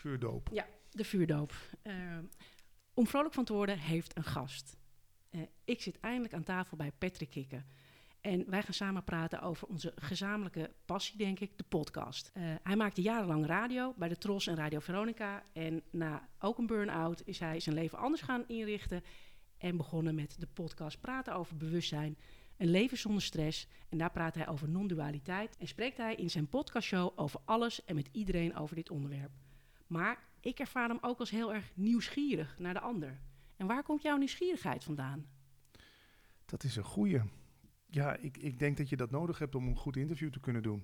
Vuurdoop. Ja, de vuurdoop. Om vrolijk van te worden heeft een gast. Ik zit eindelijk aan tafel bij Patrick Kikken. En wij gaan samen praten over onze gezamenlijke passie, denk ik, de podcast. Hij maakte jarenlang radio bij de Tros en Radio Veronica. En na ook een burn-out is hij zijn leven anders gaan inrichten. En begonnen met de podcast Praten over bewustzijn. Een leven zonder stress. En daar praat hij over non-dualiteit. En spreekt hij in zijn podcastshow over alles en met iedereen over dit onderwerp. Maar ik ervaar hem ook als heel erg nieuwsgierig naar de ander. En waar komt jouw nieuwsgierigheid vandaan? Dat is een goeie. Ja, ik denk dat je dat nodig hebt om een goed interview te kunnen doen.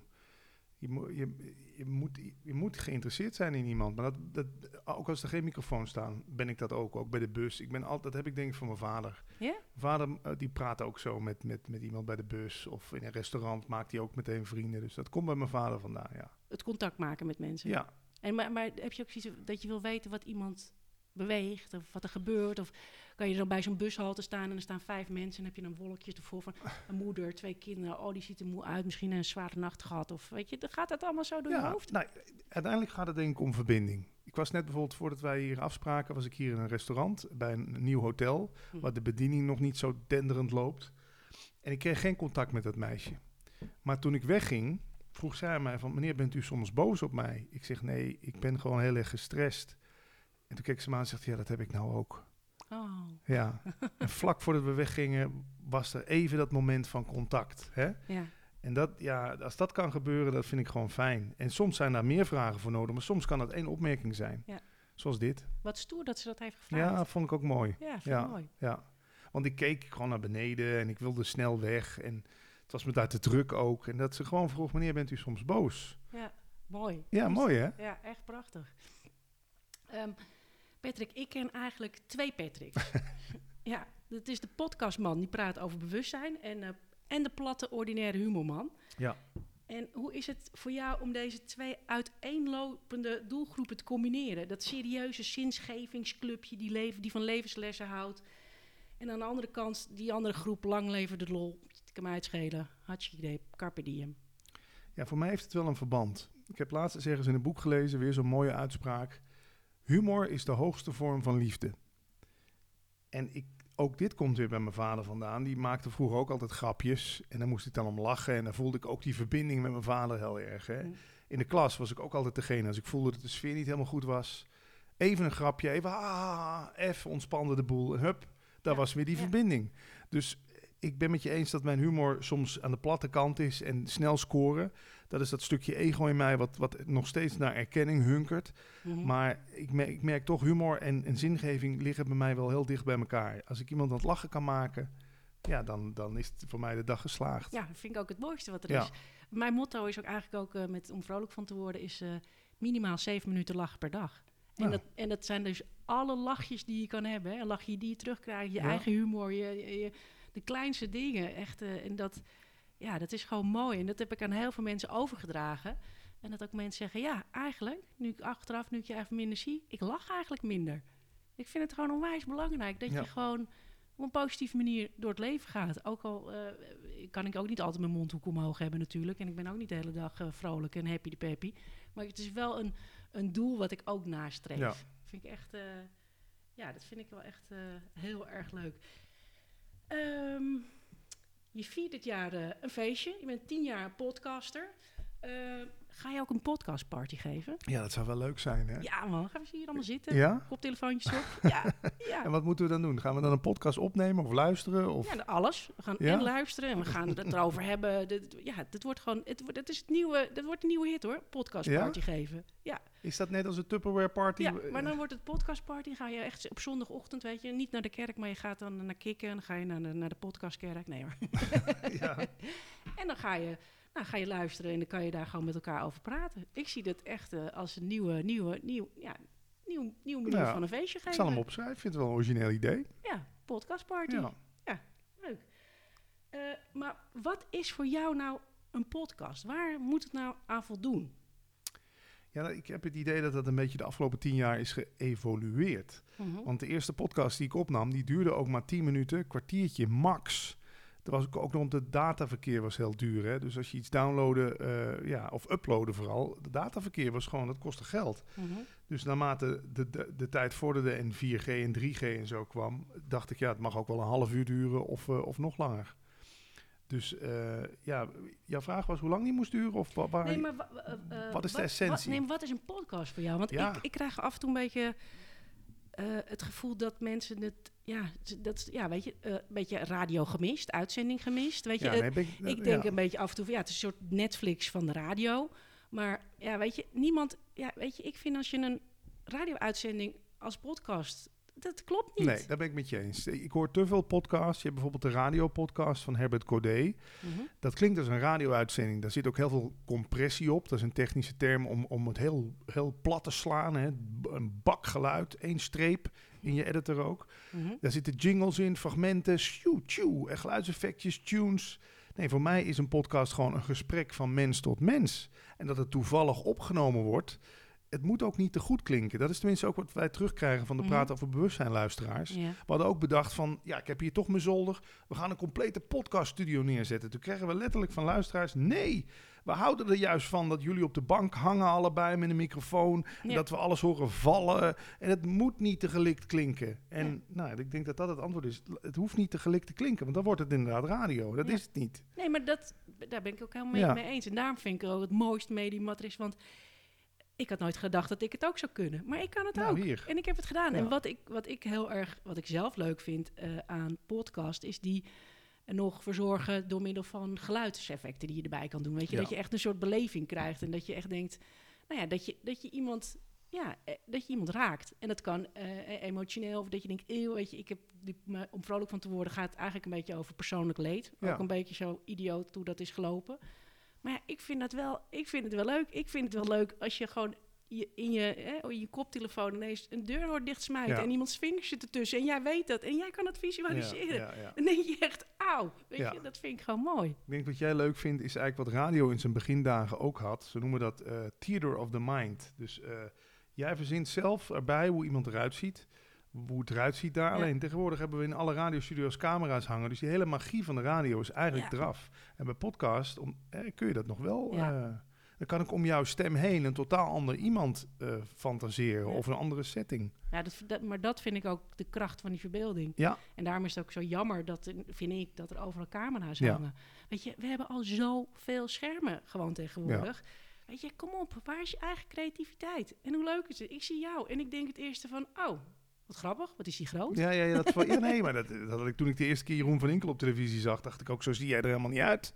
Je moet geïnteresseerd zijn in iemand. Maar ook als er geen microfoon staan, ben ik dat ook bij de bus. Dat heb ik denk ik van mijn vader. Ja? Mijn vader die praat ook zo met iemand bij de bus. Of in een restaurant maakt hij ook meteen vrienden. Dus dat komt bij mijn vader vandaan, ja. Het contact maken met mensen. Ja. Maar heb je ook zoiets dat je wil weten wat iemand beweegt of wat er gebeurt? Of kan je dan bij zo'n bushalte staan en er staan 5 mensen en heb je een wolkje ervoor van een moeder, 2 kinderen. Oh, die ziet er moe uit, misschien een zware nacht gehad. Of weet je, dan gaat dat allemaal zo door je hoofd? Nou, uiteindelijk gaat het denk ik om verbinding. Ik was net bijvoorbeeld, voordat wij hier afspraken, was ik hier in een restaurant bij een nieuw hotel, waar de bediening nog niet zo denderend loopt. En ik kreeg geen contact met dat meisje. Maar toen ik wegging, vroeg zij aan mij van, meneer, bent u soms boos op mij? Ik zeg, nee, ik ben gewoon heel erg gestrest. En toen keek ze me aan en zegt, ja, dat heb ik nou ook. Oh. Ja, en vlak voordat we weggingen was er even dat moment van contact. Hè? Ja. En als dat kan gebeuren, dat vind ik gewoon fijn. En soms zijn daar meer vragen voor nodig, maar soms kan dat 1 opmerking zijn. Ja. Zoals dit. Wat stoer dat ze dat heeft gevraagd. Ja, vond ik ook mooi. Ja, vind ik mooi. Ja. Want ik keek gewoon naar beneden en ik wilde snel weg. En het was me daar te druk ook. En dat ze gewoon vroeg, meneer, bent u soms boos? Ja, mooi. Ja, mooi hè? Ja, echt prachtig. Patrick, ik ken eigenlijk 2 Patricks. Ja, dat is de podcastman, die praat over bewustzijn. En de platte, ordinaire humorman. Ja. En hoe is het voor jou om deze 2 uiteenlopende doelgroepen te combineren? Dat serieuze zinsgevingsclubje die van levenslessen houdt. En aan de andere kant, die andere groep, lang leven de lol. Ik kan mij uitschelen. Hartstikke idee, carpe diem. Ja, voor mij heeft het wel een verband. Ik heb laatst ergens in een boek gelezen, weer zo'n mooie uitspraak. Humor is de hoogste vorm van liefde. En ook dit komt weer bij mijn vader vandaan. Die maakte vroeger ook altijd grapjes. En daar moest ik dan om lachen. En dan voelde ik ook die verbinding met mijn vader heel erg. Hè. In de klas was ik ook altijd degene, als ik voelde dat de sfeer niet helemaal goed was. Even een grapje, even ontspande de boel. En hup, daar was weer die verbinding. Dus ik ben met je eens dat mijn humor soms aan de platte kant is en snel scoren. Dat is dat stukje ego in mij wat nog steeds naar erkenning hunkert. Mm-hmm. Maar ik merk toch, humor en zingeving liggen bij mij wel heel dicht bij elkaar. Als ik iemand aan het lachen kan maken, ja, dan is het voor mij de dag geslaagd. Ja, dat vind ik ook het mooiste wat er is. Mijn motto is ook eigenlijk ook, om vrolijk van te worden, is minimaal 7 minuten lachen per dag. En dat zijn dus alle lachjes die je kan hebben. Hè? Een lachje die je terugkrijgt, je eigen humor, de kleinste dingen. Echt, en dat is gewoon mooi. En dat heb ik aan heel veel mensen overgedragen. En dat ook mensen zeggen, ja, eigenlijk, nu ik je even minder zie, ik lach eigenlijk minder. Ik vind het gewoon onwijs belangrijk dat je gewoon op een positieve manier door het leven gaat. Ook al kan ik ook niet altijd mijn mondhoek omhoog hebben natuurlijk. En ik ben ook niet de hele dag vrolijk en happy de peppy. Maar het is wel een doel wat ik ook nastreef. Ja. Vind ik echt, dat vind ik wel echt heel erg leuk. Je viert dit jaar een feestje. Je bent 10 jaar podcaster. Ga je ook een podcastparty geven? Ja, dat zou wel leuk zijn, hè? Ja man, gaan we hier allemaal zitten? Ja? Koptelefoontjes op. Ja. En wat moeten we dan doen? Gaan we dan een podcast opnemen of luisteren? Of? Ja, alles. We gaan en luisteren en we gaan het erover hebben. Dat wordt een nieuwe hit hoor, podcastparty geven. Ja. Is dat net als een Tupperware party? Ja, maar dan wordt het podcastparty. Ga je echt op zondagochtend, weet je, niet naar de kerk, maar je gaat dan naar Kikken en dan ga je naar de podcastkerk. Nee hoor. Ja. En dan ga je luisteren en dan kan je daar gewoon met elkaar over praten. Ik zie dat echt als een nieuwe manier van een feestje geven. Ik zal hem opschrijven. Ik vind het wel een origineel idee. Ja, podcastparty. Ja, leuk. Maar wat is voor jou nou een podcast? Waar moet het nou aan voldoen? Ja, ik heb het idee dat dat een beetje de afgelopen 10 jaar is geëvolueerd. Mm-hmm. Want de eerste podcast die ik opnam, die duurde ook maar 10 minuten, kwartiertje max. Er was ook nog het dataverkeer was heel duur. Hè? Dus als je iets downloaden of uploaden vooral, de dataverkeer was gewoon, dat kostte geld. Mm-hmm. Dus naarmate de tijd vorderde en 4G en 3G en zo kwam, dacht ik, het mag ook wel een half uur duren of nog langer. Dus jouw vraag was hoe lang die moest duren? Of wat is de essentie? Wat is een podcast voor jou? Want ik krijg af en toe een beetje het gevoel dat mensen het... weet je, een beetje radio gemist, uitzending gemist. Weet je, ik denk een beetje af en toe van, het is een soort Netflix van de radio. Maar weet je, ik vind als je een radio-uitzending als podcast... Dat klopt niet. Nee, daar ben ik met je eens. Ik hoor te veel podcasts. Je hebt bijvoorbeeld de radiopodcast van Herbert Codé. Mm-hmm. Dat klinkt als een radio-uitzending. Daar zit ook heel veel compressie op. Dat is een technische term om het heel, heel plat te slaan. Hè. Een bakgeluid, 1 streep in je editor ook. Mm-hmm. Daar zitten jingles in, fragmenten, en geluidseffectjes, tunes. Nee, voor mij is een podcast gewoon een gesprek van mens tot mens. En dat het toevallig opgenomen wordt... Het moet ook niet te goed klinken. Dat is tenminste ook wat wij terugkrijgen van de Praten over Bewustzijn luisteraars. Ja. We hadden ook bedacht van, ik heb hier toch mijn zolder. We gaan een complete podcaststudio neerzetten. Toen kregen we letterlijk van luisteraars, nee, we houden er juist van dat jullie op de bank hangen allebei met een microfoon. Ja. Dat we alles horen vallen. En het moet niet te gelikt klinken. En ik denk dat het antwoord is. Het hoeft niet te gelikt te klinken, want dan wordt het inderdaad radio. Dat is het niet. Nee, maar daar ben ik ook helemaal mee eens. En daarom vind ik ook het mooiste medium wat er is, want... Ik had nooit gedacht dat ik het ook zou kunnen. Maar ik kan het ook. Hier. En ik heb het gedaan. Ja. En wat ik zelf leuk vind aan podcast... is die er nog verzorgen door middel van geluidseffecten... die je erbij kan doen. Weet je, dat je echt een soort beleving krijgt. En dat je echt denkt... dat je iemand raakt. En dat kan emotioneel. Of dat je denkt, weet je... om vrolijk van te worden gaat het eigenlijk een beetje over persoonlijk leed. Ja. Ook een beetje zo idioot hoe dat is gelopen... Maar ik vind het wel leuk. Ik vind het wel leuk als je gewoon in je koptelefoon ineens een deur hoort dichtsmijten... en iemands vingers zitten tussen en jij weet dat. En jij kan het visualiseren. Ja. Dan denk je echt, auw. Weet je, dat vind ik gewoon mooi. Ik denk wat jij leuk vindt is eigenlijk wat radio in zijn begindagen ook had. Ze noemen dat theater of the mind. Dus jij verzint zelf erbij hoe iemand eruit ziet... Hoe het eruit ziet daar. Ja. Alleen tegenwoordig hebben we in alle radiostudio's camera's hangen. Dus die hele magie van de radio is eigenlijk eraf. En bij podcast kun je dat nog wel. Ja. Dan kan ik om jouw stem heen een totaal ander iemand fantaseren. Of een andere setting. Ja, maar dat vind ik ook de kracht van die verbeelding. Ja. En daarom is het ook zo jammer, vind ik, dat er overal camera's hangen. Weet je, we hebben al zoveel schermen gewoon tegenwoordig. Ja. Weet je, kom op, waar is je eigen creativiteit? En hoe leuk is het? Ik zie jou en ik denk het eerste van, wat grappig, wat is die groot? Maar dat had ik toen ik de eerste keer Jeroen van Inkel op televisie zag, dacht ik ook, zo zie jij er helemaal niet uit.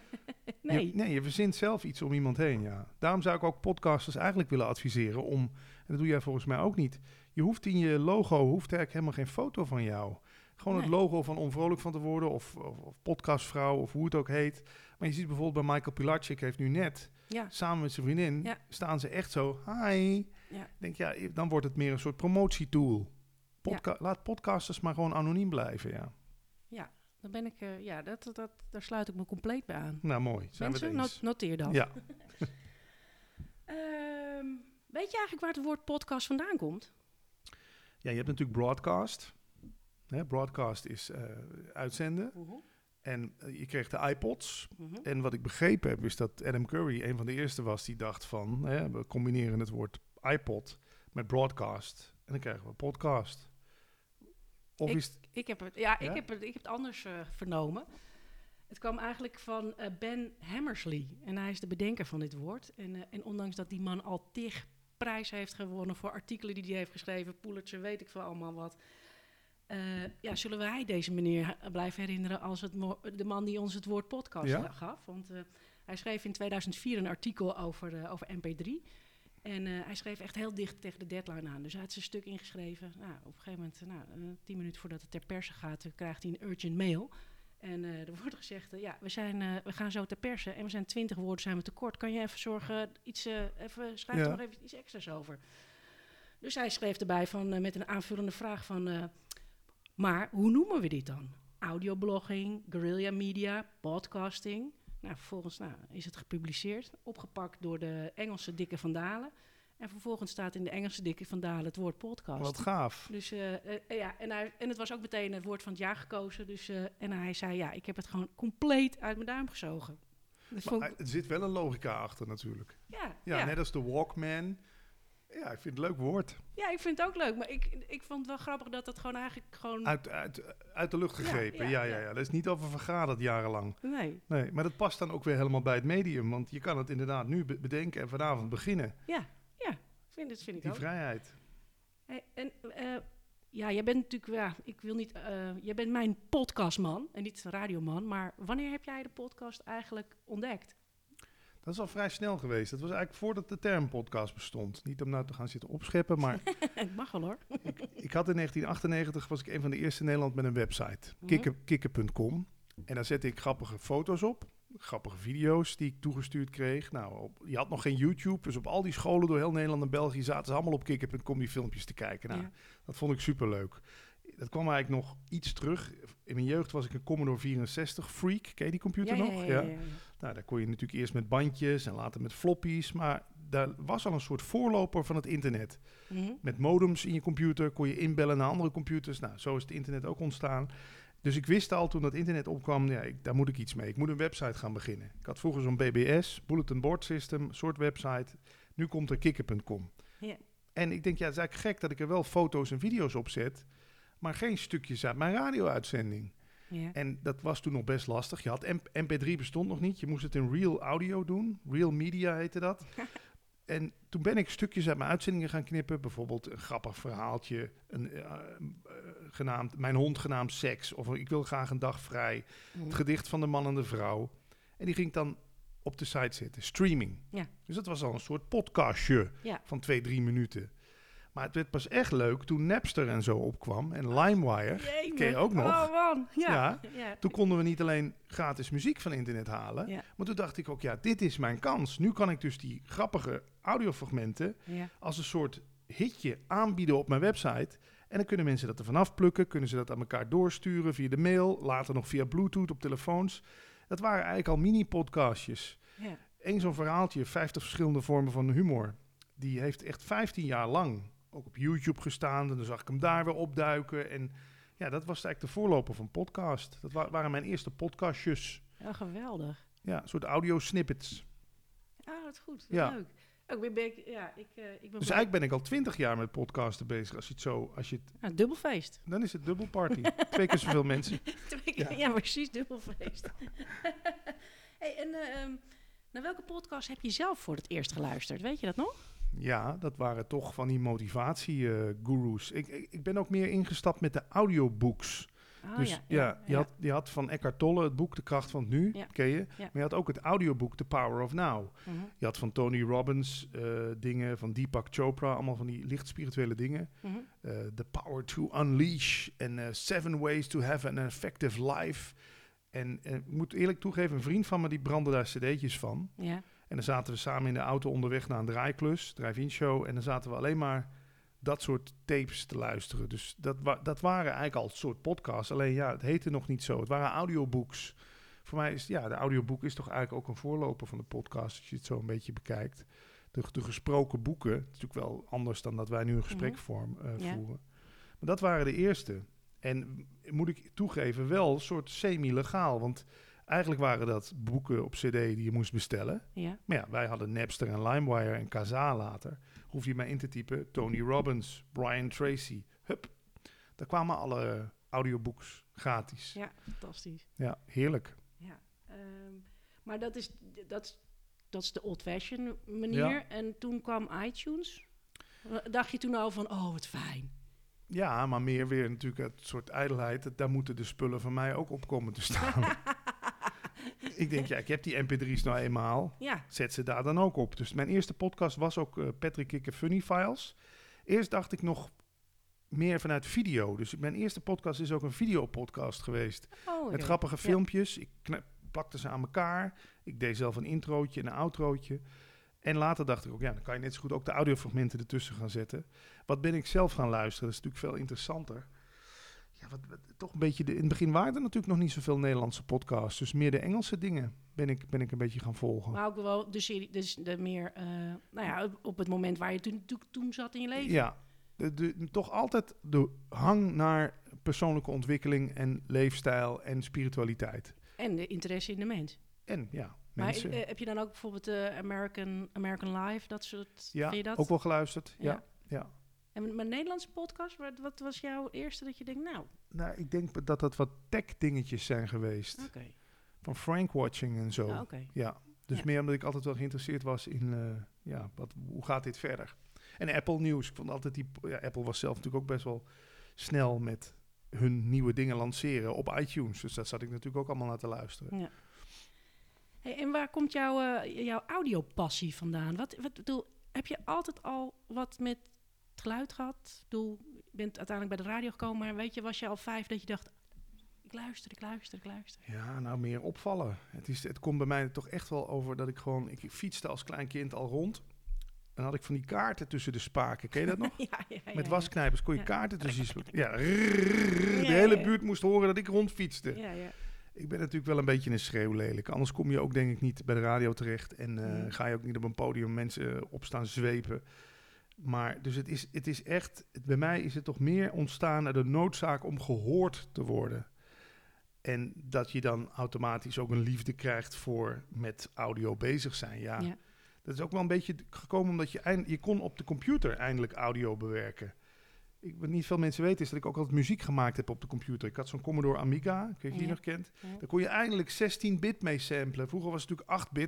Nee. Je verzint zelf iets om iemand heen, ja. Daarom zou ik ook podcasters eigenlijk willen adviseren en dat doe jij volgens mij ook niet. Je hoeft in je logo, eigenlijk helemaal geen foto van jou. Gewoon het logo van Om Vrolijk van te worden of podcastvrouw of hoe het ook heet. Maar je ziet bijvoorbeeld bij Michael Pilarczyk heeft nu net, samen met zijn vriendin, staan ze echt zo, hi. Ja. Ik denk, dan wordt het meer een soort promotietool. Laat podcasters maar gewoon anoniem blijven, Ja, dan ben ik... daar sluit ik me compleet bij aan. Nou, mooi. Zijn Mensen, we het eens. Noteer dat. Ja. Weet je eigenlijk waar het woord podcast vandaan komt? Ja, je hebt natuurlijk broadcast. Broadcast is uitzenden. Uh-huh. En je kreeg de iPods. Uh-huh. En wat ik begrepen heb, is dat Adam Curry een van de eerste was die dacht van... we combineren het woord iPod met broadcast. En dan krijgen we podcast. Of ik heb het anders vernomen. Het kwam eigenlijk van Ben Hammersley. En hij is de bedenker van dit woord. En ondanks dat die man al tig prijzen heeft gewonnen voor artikelen die hij heeft geschreven, Pulitzer, weet ik veel allemaal wat. Zullen wij deze meneer blijven herinneren als de man die ons het woord podcast gaf? Want hij schreef in 2004 een artikel over MP3. En hij schreef echt heel dicht tegen de deadline aan. Dus hij had zijn stuk ingeschreven. Op een gegeven moment, 10 minuten voordat het ter perse gaat, krijgt hij een urgent mail. En er wordt gezegd, we gaan zo ter perse en we zijn 20 woorden zijn we tekort. Kan je even zorgen, schrijf er nog even iets extra's over. Dus hij schreef erbij met een aanvullende vraag van... maar hoe noemen we dit dan? Audioblogging, guerrilla media, podcasting... vervolgens is het gepubliceerd, opgepakt door de Engelse Dikke van Dalen. En vervolgens staat in de Engelse Dikkie van Dalen het woord podcast. Wat gaaf. Dus en het was ook meteen het woord van het jaar gekozen. Dus, en hij zei, ik heb het gewoon compleet uit mijn duim gezogen. Maar er zit wel een logica achter natuurlijk. Ja. Net als de Walkman. Ja, ik vind het een leuk woord. Ja, ik vind het ook leuk. Maar ik vond het wel grappig dat het gewoon eigenlijk gewoon... Uit de lucht gegrepen. Ja. Dat is niet over vergaderd jarenlang. Nee, maar dat past dan ook weer helemaal bij het medium. Want je kan het inderdaad nu bedenken en vanavond beginnen. Ja, vind ik Die ook. vrijheid. Hey, en jij bent natuurlijk... jij bent mijn podcastman en niet radioman. Maar wanneer heb jij de podcast eigenlijk ontdekt? Dat is al vrij snel geweest. Dat was eigenlijk voordat de term podcast bestond. Niet om nou te gaan zitten opscheppen, maar... Het mag wel hoor. Ik had in 1998, was ik een van de eerste in Nederland met een website. Kikker.com. En daar zette ik grappige foto's op. Grappige video's die ik toegestuurd kreeg. Nou, je had nog geen YouTube. Dus op al die scholen door heel Nederland en België zaten ze allemaal op Kikker.com die filmpjes te kijken. Nou, dat vond ik superleuk. Dat kwam eigenlijk nog iets terug. In mijn jeugd was ik een Commodore 64 freak. Ken je die computer nog? Ja. Nou, daar kon je natuurlijk eerst met bandjes en later met floppies. Maar daar was al een soort voorloper van het internet. Mm-hmm. Met modems in je computer kon je inbellen naar andere computers. Nou, zo is het internet ook ontstaan. Dus ik wist al toen dat internet opkwam, daar moet ik iets mee. Ik moet een website gaan beginnen. Ik had vroeger zo'n BBS, Bulletin Board System, soort website. Nu komt er Kikker.com. Yeah. En ik denk, het is eigenlijk gek dat ik er wel foto's en video's op zet, maar geen stukjes uit mijn radio-uitzending. Yeah. En dat was toen nog best lastig. Je had MP3 bestond nog niet. Je moest het in real audio doen. Real media heette dat. En toen ben ik stukjes uit mijn uitzendingen gaan knippen. Bijvoorbeeld een grappig verhaaltje. Mijn hond genaamd Seks. Of ik wil graag een dag vrij. Het gedicht van de man en de vrouw. En die ging ik dan op de site zetten. Streaming. Ja. Dus dat was al een soort podcastje van 2-3 minuten. Maar het werd pas echt leuk toen Napster en zo opkwam. En LimeWire, ken je ook nog. Oh man, ja. Toen konden we niet alleen gratis muziek van internet halen. Ja. Maar toen dacht ik ook, dit is mijn kans. Nu kan ik dus die grappige audiofragmenten als een soort hitje aanbieden op mijn website. En dan kunnen mensen dat er vanaf plukken. Kunnen ze dat aan elkaar doorsturen via de mail. Later nog via Bluetooth op telefoons. Dat waren eigenlijk al mini-podcastjes. Ja. Eén zo'n verhaaltje, 50 verschillende vormen van humor. Die heeft echt 15 jaar lang ook op YouTube gestaan. En dan zag ik hem daar weer opduiken. En dat was eigenlijk de voorloper van podcast. Dat waren mijn eerste podcastjes. Ja, geweldig. Ja, een soort audio-snippets. Ah, wat goed. Wat leuk. Ik ben dus eigenlijk ben ik al 20 jaar met podcasten bezig. Als je het dubbelfeest. Dan is het dubbelparty. 2 keer zoveel mensen. Ja, precies, dubbelfeest. Hey, en naar welke podcast heb je zelf voor het eerst geluisterd? Weet je dat nog? Ja, dat waren toch van die motivatie-gurus. Ik ben ook meer ingestapt met de audiobooks. Oh, dus je had van Eckhart Tolle het boek De Kracht van het Nu, ken je? Ja. Maar je had ook het audioboek The Power of Now. Mm-hmm. Je had van Tony Robbins dingen, van Deepak Chopra, allemaal van die licht spirituele dingen. Mm-hmm. The Power to Unleash en 7 Ways to Have an Effective Life. En ik moet eerlijk toegeven, een vriend van me die brandde daar cd'tjes van. Ja. En dan zaten we samen in de auto onderweg naar een draaiklus, drive-in show. En dan zaten we alleen maar dat soort tapes te luisteren. Dus dat waren eigenlijk al een soort podcasts. Alleen het heette nog niet zo. Het waren audiobooks. Voor mij is de audioboek is toch eigenlijk ook een voorloper van de podcast. Als je het zo een beetje bekijkt. De gesproken boeken. Het is natuurlijk wel anders dan dat wij nu een gesprek voeren. Maar dat waren de eerste. En moet ik toegeven, wel een soort semi-legaal. Want eigenlijk waren dat boeken op cd die je moest bestellen. Ja. Maar wij hadden Napster en LimeWire en Kazaa later. Hoef je maar in te typen. Tony Robbins, Brian Tracy. Hup. Daar kwamen alle audiobooks gratis. Ja, fantastisch. Ja, heerlijk. Ja, maar dat is de old-fashioned manier. Ja. En toen kwam iTunes. Dacht je toen al van, wat fijn. Ja, maar meer weer natuurlijk het soort ijdelheid. Daar moeten de spullen van mij ook op komen te staan. Ik denk, ik heb die mp3's nou eenmaal. Ja. Zet ze daar dan ook op. Dus mijn eerste podcast was ook Patrick Kikker Funny Files. Eerst dacht ik nog meer vanuit video. Dus mijn eerste podcast is ook een videopodcast geweest. Met grappige filmpjes. Ik plakte ze aan elkaar. Ik deed zelf een introotje en een outrootje. En later dacht ik ook, dan kan je net zo goed ook de audiofragmenten ertussen gaan zetten. Wat ben ik zelf gaan luisteren? Dat is natuurlijk veel interessanter. toch een beetje... in het begin waren er natuurlijk nog niet zoveel Nederlandse podcasts. Dus meer de Engelse dingen ben ik een beetje gaan volgen. Maar ook wel de serie, dus de meer... op het moment waar je toen zat in je leven. Ja, toch altijd de hang naar persoonlijke ontwikkeling en leefstijl en spiritualiteit. En de interesse in de mens. En ja, maar mensen. Heb je dan ook bijvoorbeeld American Life, dat soort... Ja, vind je dat? ook wel geluisterd. Ja. En mijn Nederlandse podcast, wat was jouw eerste dat je denkt, Nou, ik denk dat dat wat tech-dingetjes zijn geweest. Oké. Van Frank Watching en zo. Okay. Ja, dus meer omdat ik altijd wel geïnteresseerd was in, hoe gaat dit verder? En Apple Nieuws. Ik vond altijd Apple was zelf natuurlijk ook best wel snel met hun nieuwe dingen lanceren op iTunes. Dus daar zat ik natuurlijk ook allemaal naar te luisteren. Ja. Hey, en waar komt jouw audiopassie vandaan? Heb je altijd al wat met het geluid gehad? Je bent uiteindelijk bij de radio gekomen, maar weet je, was je al 5 dat je dacht, ik luister. Ja, nou meer opvallen. Het komt bij mij toch echt wel over dat ik fietste als klein kind al rond. En had ik van die kaarten tussen de spaken. Ken je dat nog? Met wasknijpers kon je kaarten tussen die... De hele buurt moest horen dat ik rondfietste. Ja. Ik ben natuurlijk wel een beetje een schreeuwlelijk. Anders kom je ook denk ik niet bij de radio terecht. En ga je ook niet op een podium mensen op staan zwepen. Maar dus het is echt... Bij mij is het toch meer ontstaan uit de noodzaak om gehoord te worden. En dat je dan automatisch ook een liefde krijgt voor met audio bezig zijn. Ja. Dat is ook wel een beetje gekomen omdat je kon op de computer eindelijk audio bewerken. Wat niet veel mensen weten is dat ik ook altijd muziek gemaakt heb op de computer. Ik had zo'n Commodore Amiga, ik weet niet of je die nog kent. Ja. Daar kon je eindelijk 16-bit mee samplen. Vroeger was het natuurlijk 8-bit,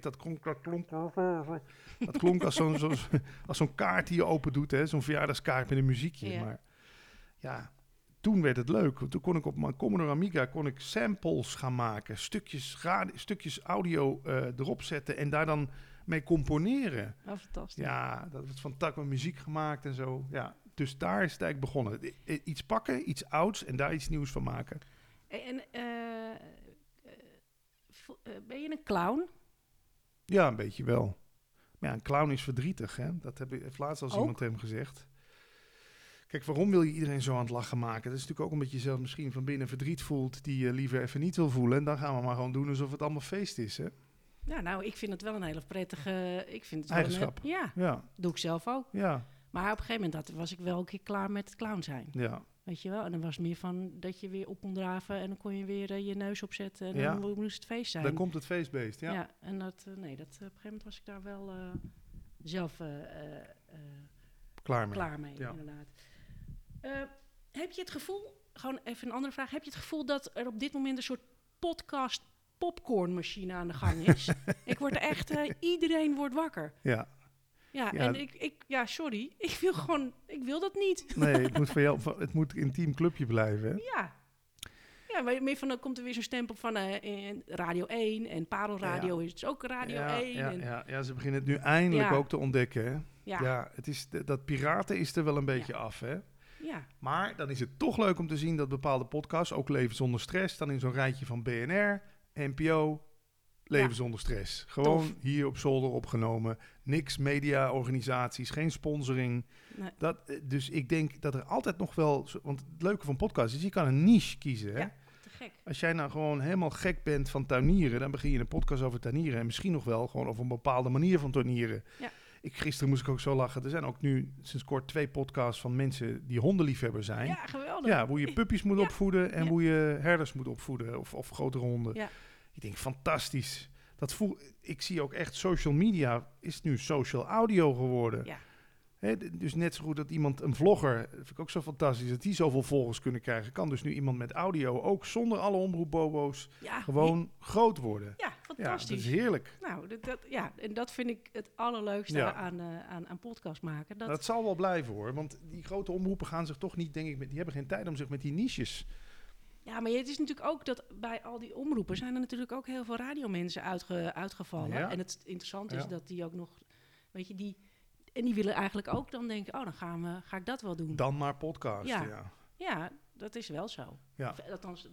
dat klonk als zo'n kaart die je open doet, hè? Zo'n verjaardagskaart met een muziekje. Ja. Maar ja, toen werd het leuk. Toen kon ik op mijn Commodore Amiga samples gaan maken. Stukjes audio erop zetten en daar dan mee componeren. Oh, fantastisch. Ja, dat was fantastisch met muziek gemaakt en zo. Ja, dus daar is het eigenlijk begonnen. Iets pakken, iets ouds en daar iets nieuws van maken. En ben je een clown? Ja, een beetje wel. Maar ja, een clown is verdrietig, hè? Dat heeft laatst al iemand hem gezegd. Kijk, waarom wil je iedereen zo aan het lachen maken? Dat is natuurlijk ook omdat je zelf misschien van binnen verdriet voelt die je liever even niet wil voelen. En dan gaan we maar gewoon doen alsof het allemaal feest is, hè? Ja, nou, ik vind het wel een hele prettige... eigenschap. Ja, doe ik zelf ook. Ja. Maar op een gegeven moment was ik wel een keer klaar met het clown zijn. Ja. Weet je wel? En dan was het meer van dat je weer op kon draven en dan kon je weer je neus opzetten en dan moest het feest zijn. Dan komt het feestbeest, ja. Ja, en op een gegeven moment was ik daar wel zelf klaar mee ja. Inderdaad. Heb je het gevoel, gewoon even een andere vraag, heb je het gevoel dat er op dit moment een soort podcast popcornmachine aan de gang is? Ik word echt, iedereen wordt wakker. Ja. Ja, en sorry, ik wil dat niet. Nee, het moet voor jou, het moet een intiem clubje blijven, hè? Ja. Ja, maar meer van, dan komt er weer zo'n stempel van Radio 1 en Parelradio is ook Radio 1. Ja, ze beginnen het nu eindelijk ook te ontdekken, hè? Ja, het is dat piraten is er wel een beetje af, hè? Ja. Maar dan is het toch leuk om te zien dat bepaalde podcasts, ook Leven zonder stress, dan in zo'n rijtje van BNR, NPO, Leven zonder stress. Gewoon hier op zolder opgenomen. Niks mediaorganisaties, geen sponsoring. Nee. Dus ik denk dat er altijd nog wel... Want het leuke van podcasts is, je kan een niche kiezen. Hè? Ja, te gek. Als jij nou gewoon helemaal gek bent van tuinieren, dan begin je een podcast over tuinieren. En misschien nog wel gewoon over een bepaalde manier van tuinieren. Ja. Gisteren moest ik ook zo lachen. Er zijn ook nu sinds kort 2 podcasts van mensen die hondenliefhebber zijn. Ja, geweldig. Ja, hoe je puppies moet opvoeden en hoe je herders moet opvoeden. Of grotere honden. Ja. Ik denk, fantastisch. Ik zie ook echt, social media is nu social audio geworden. Ja. Dus net zo goed dat een vlogger, dat vind ik ook zo fantastisch, dat die zoveel volgers kunnen krijgen, kan dus nu iemand met audio ook zonder alle omroepbobo's gewoon groot worden. Ja, fantastisch. Ja, dat is heerlijk. Nou, en dat vind ik het allerleukste aan podcast maken. Dat zal wel blijven hoor, want die grote omroepen gaan zich toch niet, denk ik, die hebben geen tijd om zich met die niches... Ja, maar het is natuurlijk ook dat bij al die omroepen zijn er natuurlijk ook heel veel radiomensen uitgevallen. Ja. En het interessante is dat die ook nog, weet je, die willen eigenlijk ook dan denken, dan ga ik dat wel doen. Dan maar podcasten, Ja, dat is wel zo. Ja. Althans,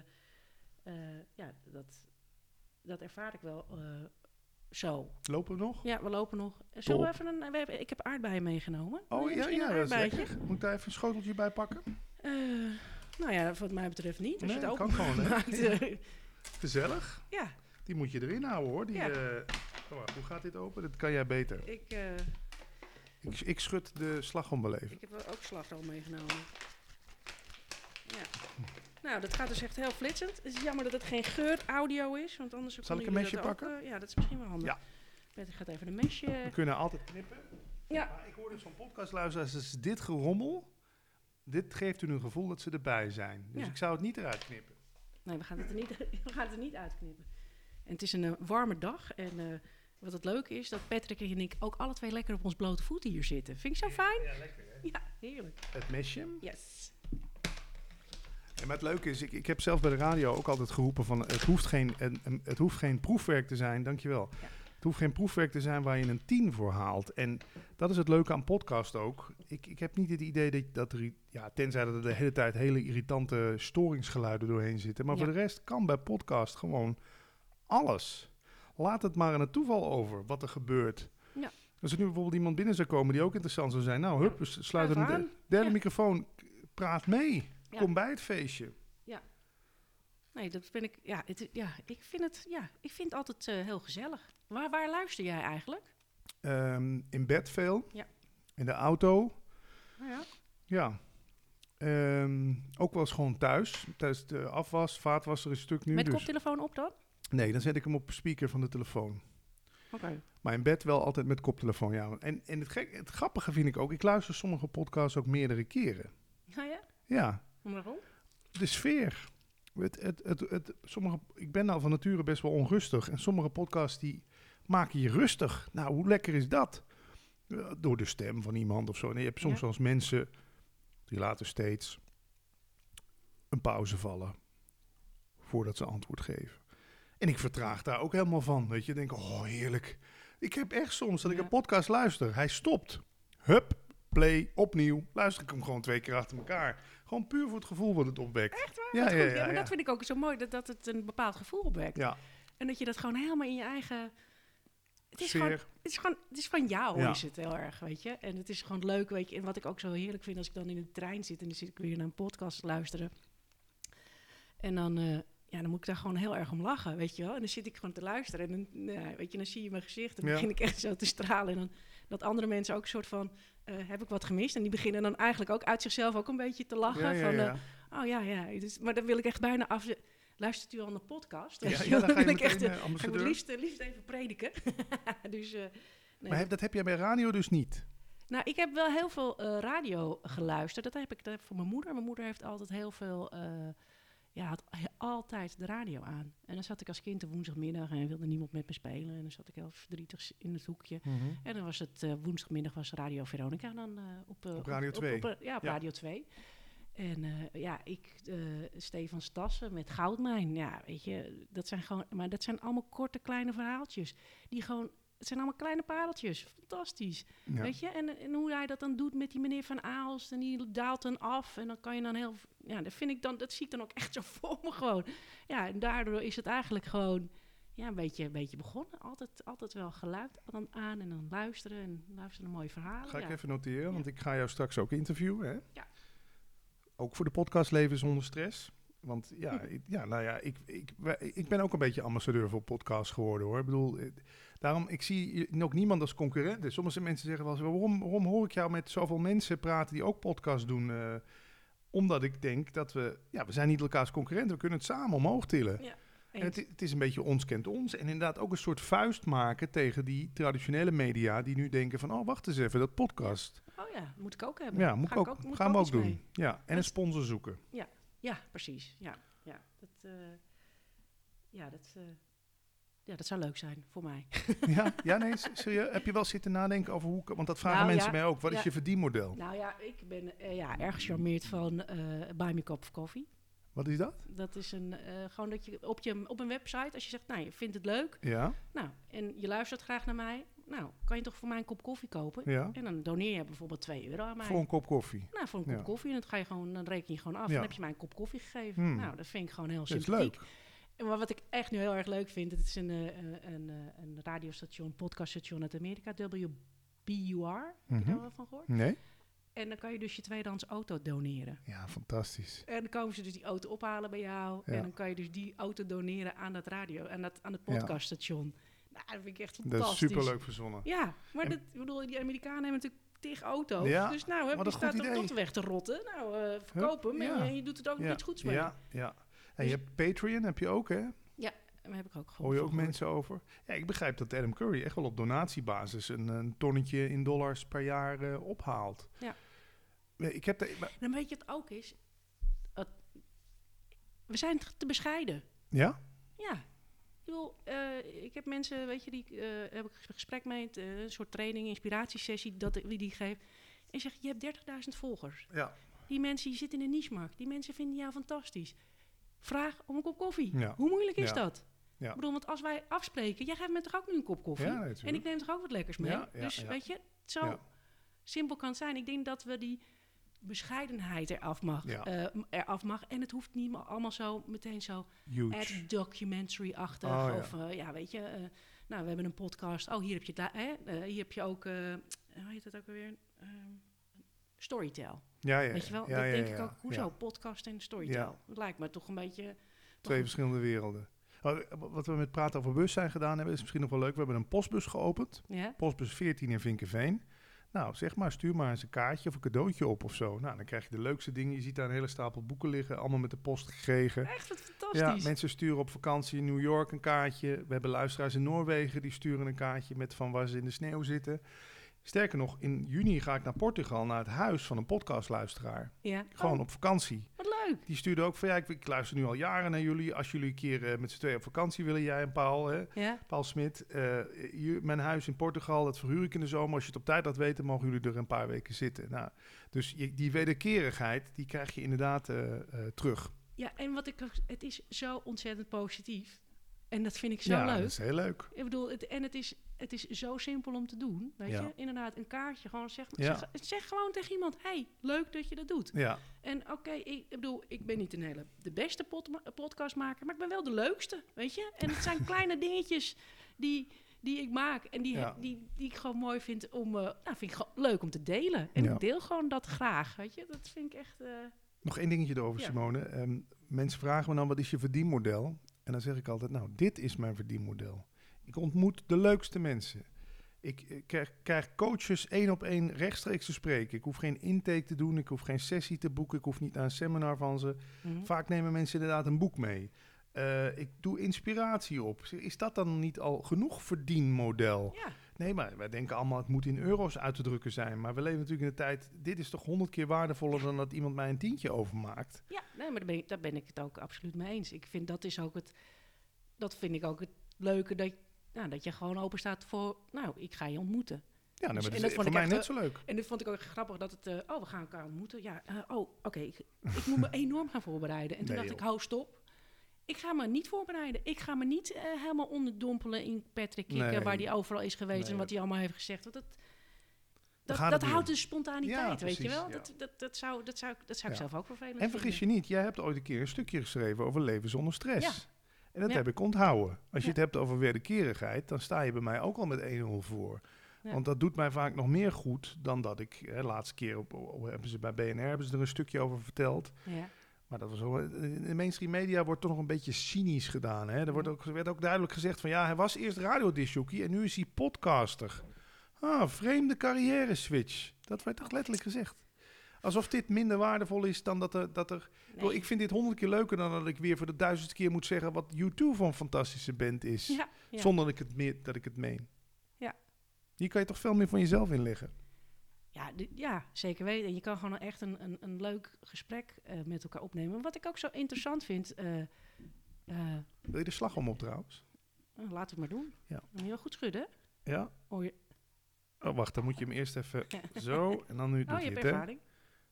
dat ervaar ik wel zo. Lopen we nog? Ja, we lopen nog. Zullen we even ik heb aardbeien meegenomen. Oh ja, dat is lekker. Moet ik daar even een schoteltje bij pakken? Nou ja, wat mij betreft niet. Als Nee, je het dat open kan gewoon, hè? maakt. Gezellig. Ja, Die moet je erin houden, hoor. Ja. Hoe gaat dit open? Dat kan jij beter. Ik schud de slagroom wel even. ik heb wel ook slagroom meegenomen. Ja. Nou, dat gaat dus echt heel flitsend. Het is jammer dat het geen geuraudio is, want anders Zal ik een konden jullie mesje dat ook, pakken? ja, dat is misschien wel handig. Ja. Patrick gaat even een mesje... We kunnen altijd knippen. Ja. Maar ik hoor dus van podcastluisteraars, dus dit gerommel, dit geeft u een gevoel dat ze erbij zijn. Dus Ja. ik zou het niet eruit knippen. Nee, we gaan het er niet uitknippen. En het is een warme dag. En wat het leuke is, dat Patrick en ik ook alle twee lekker op ons blote voeten hier zitten. Vind ik zo fijn? Ja, lekker hè? Ja, heerlijk. Het mesje. Yes. En maar het leuke is, ik heb zelf bij de radio ook altijd geroepen van het hoeft geen proefwerk te zijn, dankjewel. Ja. Het hoeft geen proefwerk te zijn waar je een 10 voor haalt. En dat is het leuke aan podcast ook. Ik heb niet het idee dat er, tenzij er de hele tijd hele irritante storingsgeluiden doorheen zitten. Maar Ja. voor de rest kan bij podcast gewoon alles. Laat het maar aan het toeval over wat er gebeurt. Ja. Als er nu bijvoorbeeld iemand binnen zou komen die ook interessant zou zijn. Nou, hup, we sluiten Even een aan. derde Ja. microfoon. Praat mee. Ja. Kom bij het feestje. Nee, dat ben ik... ik vind het altijd heel gezellig. Waar luister jij eigenlijk? In bed veel. Ja. In de auto. Nou ja. Ja. Ook wel eens gewoon thuis. Tijdens de afwas, vaatwasser is een stuk nu. Met Dus. koptelefoon op dan? Nee, dan zet ik hem op speaker van de telefoon. Oké. Maar in bed wel altijd met koptelefoon, ja. En het grappige vind ik ook, ik luister sommige podcasts ook meerdere keren. Ja, ja? Ja, Waarom? de sfeer. Ik ben nou van nature best wel onrustig. En sommige podcasts die maken je rustig. Nou, hoe lekker is dat? Door de stem van iemand of zo. En je hebt soms Ja. zelfs mensen die laten steeds een pauze vallen voordat ze antwoord geven. En ik vertraag daar ook helemaal van. Weet je, denk, oh heerlijk. Ik heb echt soms dat ik Ja. een podcast luister. Hij stopt. Hup, play, opnieuw. Luister ik hem gewoon 2 keer achter elkaar. Gewoon puur voor het gevoel wat het opwekt. Echt waar? Ja, Wat ja, goed. ja, Maar ja. dat vind ik ook zo mooi, dat het een bepaald gevoel opwekt. Ja, En dat je dat gewoon helemaal in je eigen... Het is, sfeer. het is van jou, Ja. is het heel erg, weet je. En het is gewoon leuk, weet je. En wat ik ook zo heerlijk vind als ik dan in de trein zit... en dan zit ik weer naar een podcast luisteren. En dan, dan moet ik daar gewoon heel erg om lachen, weet je wel. En dan zit ik gewoon te luisteren. En dan, weet je, dan zie je mijn gezicht. En dan Ja. begin ik echt zo te stralen. En dan dat andere mensen ook een soort van... heb ik wat gemist? En die beginnen dan eigenlijk ook uit zichzelf ook een beetje te lachen. Ja, ja, van, ja. oh ja. Dus, maar dan wil ik echt bijna af... Luistert u al naar de podcast? Weet Ja, je ja, wel? dan ga je wil ik meteen ga ik ambassadeur. liefst even prediken. Dus, nee. Maar dat heb jij bij radio dus niet? Nou, ik heb wel heel veel radio geluisterd. Dat heb ik van mijn moeder. Mijn moeder heeft altijd heel veel... had altijd de radio aan. En dan zat ik als kind op woensdagmiddag en wilde niemand met me spelen. En dan zat ik heel verdrietig in het hoekje. En dan was het woensdagmiddag was Radio Veronica dan Op Radio 2? Op Ja. Radio 2. En Stefan Stassen met Goudmijn. Ja, weet je, dat zijn allemaal korte kleine verhaaltjes. Het zijn allemaal kleine pareltjes. Fantastisch. Ja. Weet je? En hoe hij dat dan doet met die meneer Van Aalst. En die daalt dan af. En dan kan je dan heel... Ja, dat zie ik dan ook echt zo voor me gewoon. Ja, en daardoor is het eigenlijk gewoon... Ja, een beetje begonnen. Altijd wel geluid dan aan en dan luisteren. En luisteren naar mooie verhalen. Ga ik ja. even noteren, want ik ga jou straks ook interviewen. Hè? Ja. Ook voor de podcast Leven zonder stress. Want ik ben ook een beetje ambassadeur voor podcasts geworden, hoor. Ik bedoel, daarom, ik zie ook niemand als concurrent. Dus sommige mensen zeggen wel eens, waarom hoor ik jou met zoveel mensen praten die ook podcasts doen? Omdat ik denk dat we zijn niet elkaars concurrenten. We kunnen het samen omhoog tillen. Ja, En het is een beetje ons kent ons. En inderdaad ook een soort vuist maken tegen die traditionele media die nu denken van, oh, wacht eens even, dat podcast. Oh ja, moet ik ook hebben. Ja, gaan we ook iets doen. mee. Ja, en een sponsor zoeken. Ja, precies. Dat zou leuk zijn voor mij. Nee, serieus. Heb je wel zitten nadenken over hoe... Want dat vragen Nou, mensen ja, mij ook. Wat is ja. je verdienmodel? Nou ja, ik ben erg gecharmeerd van Buy Me a Cup of Coffee. Wat is dat? Dat is gewoon dat je op een website, als je zegt, nou, je vindt het leuk, Ja, nou, en je luistert graag naar mij, nou, kan je toch voor mij een kop koffie kopen? ja. En dan doneer je bijvoorbeeld €2 aan mij. Voor een kop koffie. Nou, voor een kop Ja. koffie. En dan reken je gewoon af. Ja. Dan heb je mij een kop koffie gegeven. Hmm. Nou, dat vind ik gewoon heel Dat is sympathiek. leuk. En wat ik echt nu heel erg leuk vind, het is een radiostation, podcaststation uit Amerika, WBUR. Heb je daar wel van gehoord? Nee? En dan kan je dus je tweedehands auto doneren. Ja, fantastisch. En dan komen ze dus die auto ophalen bij jou. Ja. En dan kan je dus die auto doneren aan dat radio, aan het podcaststation. Nou, dat vind ik echt fantastisch. Dat is superleuk verzonnen. Ja, maar En- ik bedoel, die Amerikanen hebben natuurlijk tig auto's. Ja, Dus nou, wat die een staat goed toch idee. tot weg te rotten. Nou, verkoop hem ja. en je doet het ook nog iets goeds mee. Ja, ja. En je Dus- hebt Patreon, heb je ook, hè? Daar heb ik ook Hoor je ook gehoord. mensen over? Ja, ik begrijp dat Adam Curry echt wel op donatiebasis een tonnetje in dollars per jaar ophaalt. Ja. Ik heb Dan weet je het ook is, we zijn te bescheiden. ja? Ja. Ik bedoel, ik heb mensen, weet je, die heb ik een gesprek mee, een soort training, inspiratiesessie, die geeft. En zegt, je hebt 30.000 volgers. Ja. Die mensen, die zitten in een niche-markt. Die mensen vinden jou fantastisch. Vraag om een kop koffie. Ja. Hoe moeilijk is Ja. dat? Ja. Ik bedoel, want als wij afspreken, jij geeft me toch ook nu een kop koffie? Ja, natuurlijk. En ik neem toch ook wat lekkers mee? Ja, ja, Dus ja. weet je, zo Ja. simpel kan het zijn. Ik denk dat we die bescheidenheid eraf mag. Ja. Eraf mag. En het hoeft niet allemaal zo meteen zo Huge. documentary-achtig. Oh, ja. Of weet je, nou, we hebben een podcast. Oh, hier heb je, hier heb je ook, hoe heet dat ook alweer? Storytel. Ja, ja. Weet je wel? Ja, dat ja, denk ja, ik ook. Hoezo? ja. Podcast en Storytel. Ja. Dat lijkt me toch een beetje... Twee verschillende werelden. Wat we met Praten over Bewustzijn gedaan hebben, is misschien nog wel leuk. We hebben een postbus geopend. Ja? Postbus 14 in Vinkeveen. Nou, zeg maar, stuur maar eens een kaartje of een cadeautje op of zo. Nou, dan krijg je de leukste dingen. Je ziet daar een hele stapel boeken liggen, allemaal met de post gekregen. Echt wat Ja, fantastisch. mensen sturen op vakantie in New York een kaartje. We hebben luisteraars in Noorwegen, die sturen een kaartje met van waar ze in de sneeuw zitten. Sterker nog, in juni ga ik naar Portugal, naar het huis van een podcastluisteraar. Ja. Gewoon Oh, op vakantie. wat leuk. Die stuurde ook van, ja, ik luister nu al jaren naar jullie. Als jullie een keer met z'n tweeën op vakantie willen, jij en Paul, hè? Ja? Paul Smit. Mijn huis in Portugal, dat verhuur ik in de zomer. Als je het op tijd laat weten, mogen jullie er een paar weken zitten. Nou, dus die wederkerigheid, die krijg je inderdaad terug. Ja, en het is zo ontzettend positief. En dat vind ik zo Ja, leuk. dat is heel leuk. Ik bedoel, het is zo simpel om te doen. Weet Ja. je, inderdaad, een kaartje. Gewoon Ja. zeg gewoon tegen iemand: hey, leuk dat je dat doet. Ja, En oké, ik bedoel, ik ben niet de beste podcastmaker, maar ik ben wel de leukste, weet je. En het zijn kleine dingetjes die ik maak en die ik gewoon mooi vind vind ik gewoon leuk om te delen. En Ja. ik deel gewoon dat graag, weet je. Dat vind ik echt... nog één dingetje erover, Ja. Simone. Mensen vragen me dan, wat is je verdienmodel? En dan zeg ik altijd, nou, dit is mijn verdienmodel. Ik ontmoet de leukste mensen. Ik krijg coaches 1-op-1 rechtstreeks te spreken. Ik hoef geen intake te doen, ik hoef geen sessie te boeken, ik hoef niet naar een seminar van ze. Vaak nemen mensen inderdaad een boek mee. Ik doe inspiratie op. Is dat dan niet al genoeg verdienmodel? Ja. Nee, maar wij denken allemaal, het moet in euro's uit te drukken zijn. Maar we leven natuurlijk in de tijd, dit is toch 100 keer waardevoller dan dat iemand mij een tientje overmaakt. Ja, nee, maar daar ben ik het ook absoluut mee eens. Ik vind dat vind ik ook het leuke dat je gewoon open staat voor, nou, ik ga je ontmoeten. Ja, nee, Dus- maar en dat dat is vond voor ik mij echt, net zo leuk. En dit vond ik ook grappig dat we gaan elkaar ontmoeten. Ja, oké, ik moet me enorm gaan voorbereiden. En toen Nee, dacht joh. ik, stop. Ik ga me niet voorbereiden. Ik ga me niet helemaal onderdompelen in Patrick Kikker, Nee. waar hij overal is geweest Nee, en wat hij allemaal heeft gezegd. Want Daar gaat dat het houdt niet de spontaniteit, Ja, weet je precies, wel? ja. Dat zou ik Ja. zelf ook vervelend En vergis je niet, jij hebt ooit een keer een stukje geschreven over leven zonder stress. Ja. En dat Ja. heb ik onthouden. Als je Ja. het hebt over wederkerigheid, dan sta je bij mij ook al met 1-0 voor. Ja. Want dat doet mij vaak nog meer goed dan dat ik... laatste keer hebben ze bij BNR hebben ze er een stukje over verteld. Ja. Maar dat was in de mainstream media wordt toch nog een beetje cynisch gedaan. Hè? Er werd ook duidelijk gezegd van, ja, hij was eerst radiodisjockey en nu is hij podcaster. Vreemde carrière switch. Dat werd toch letterlijk gezegd. Alsof dit minder waardevol is dan dat er... Nee. Ik vind dit 100 keer leuker dan dat ik weer voor de 1000ste keer moet zeggen wat U2 voor een fantastische band is. Ja, ja. Zonder dat ik het meen. Ja. Hier kan je toch veel meer van jezelf inleggen. Ja, zeker weten. En je kan gewoon echt een leuk gesprek met elkaar opnemen. Wat ik ook zo interessant vind... Wil je de slagroom op trouwens? laten we het maar doen. Ja. Moet je wel goed schudden. Ja? Oh, Oh, wacht, dan moet je hem eerst even zo en dan nu doet je hij hebt het, hè? ervaring.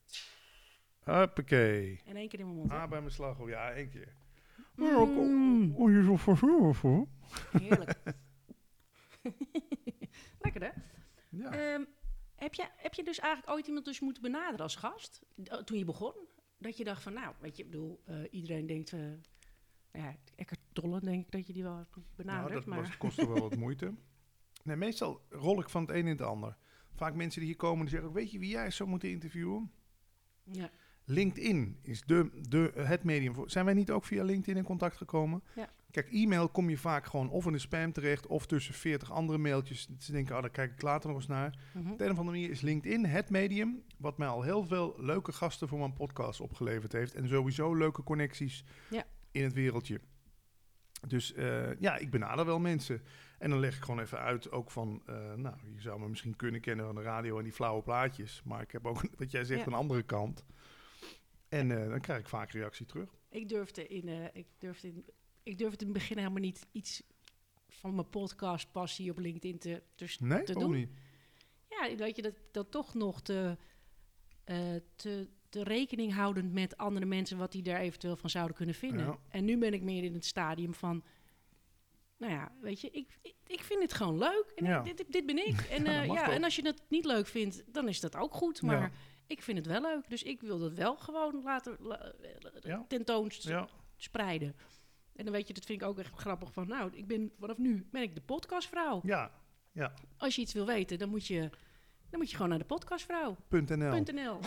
Hoppakee. En 1 keer in mijn mond. hè? Bij mijn slagroom. Ja, 1 keer. Mm. Oh, je is wel voor. Heerlijk. Lekker, hè? Ja. Heb je dus eigenlijk ooit iemand dus moeten benaderen als gast? Toen je begon? Dat je dacht van, nou, weet je, ik bedoel, iedereen denkt... Eckhart Tolle, denk ik dat je die wel hebt benaderd. Nou, dat kostte wel wat moeite. Nee, meestal rol ik van het een in het ander. vaak mensen die hier komen, die zeggen, weet je wie jij zou moeten interviewen? Ja. LinkedIn is het medium voor. Zijn wij niet ook via LinkedIn in contact gekomen? Ja. Kijk, e-mail kom je vaak gewoon of in de spam terecht, of tussen 40 andere mailtjes. Ze denken, daar kijk ik later nog eens naar. Mhm. Op de een of andere manier is LinkedIn het medium wat mij al heel veel leuke gasten voor mijn podcast opgeleverd heeft. En sowieso leuke connecties in het wereldje. Dus ik benader wel mensen. En dan leg ik gewoon even uit ook van, je zou me misschien kunnen kennen van de radio en die flauwe plaatjes. Maar ik heb ook, wat jij zegt, een andere kant. En dan krijg ik vaak reactie terug. Ik durfde in het begin helemaal niet iets van mijn podcast passie op LinkedIn te doen. Niet? Ja, weet je, dat toch nog te rekening houdend met andere mensen wat die daar eventueel van zouden kunnen vinden. Ja. En nu ben ik meer in het stadium van, nou ja, weet je, ik vind het gewoon leuk. En dit ben ik. En, en als je het niet leuk vindt, dan is dat ook goed. Maar ik vind het wel leuk. Dus ik wil dat wel gewoon laten tentoonspreiden. En dan weet je, dat vind ik ook echt grappig van, vanaf nu ben ik de podcastvrouw. Ja. Als je iets wil weten, dan moet je gewoon naar de podcastvrouw.nl.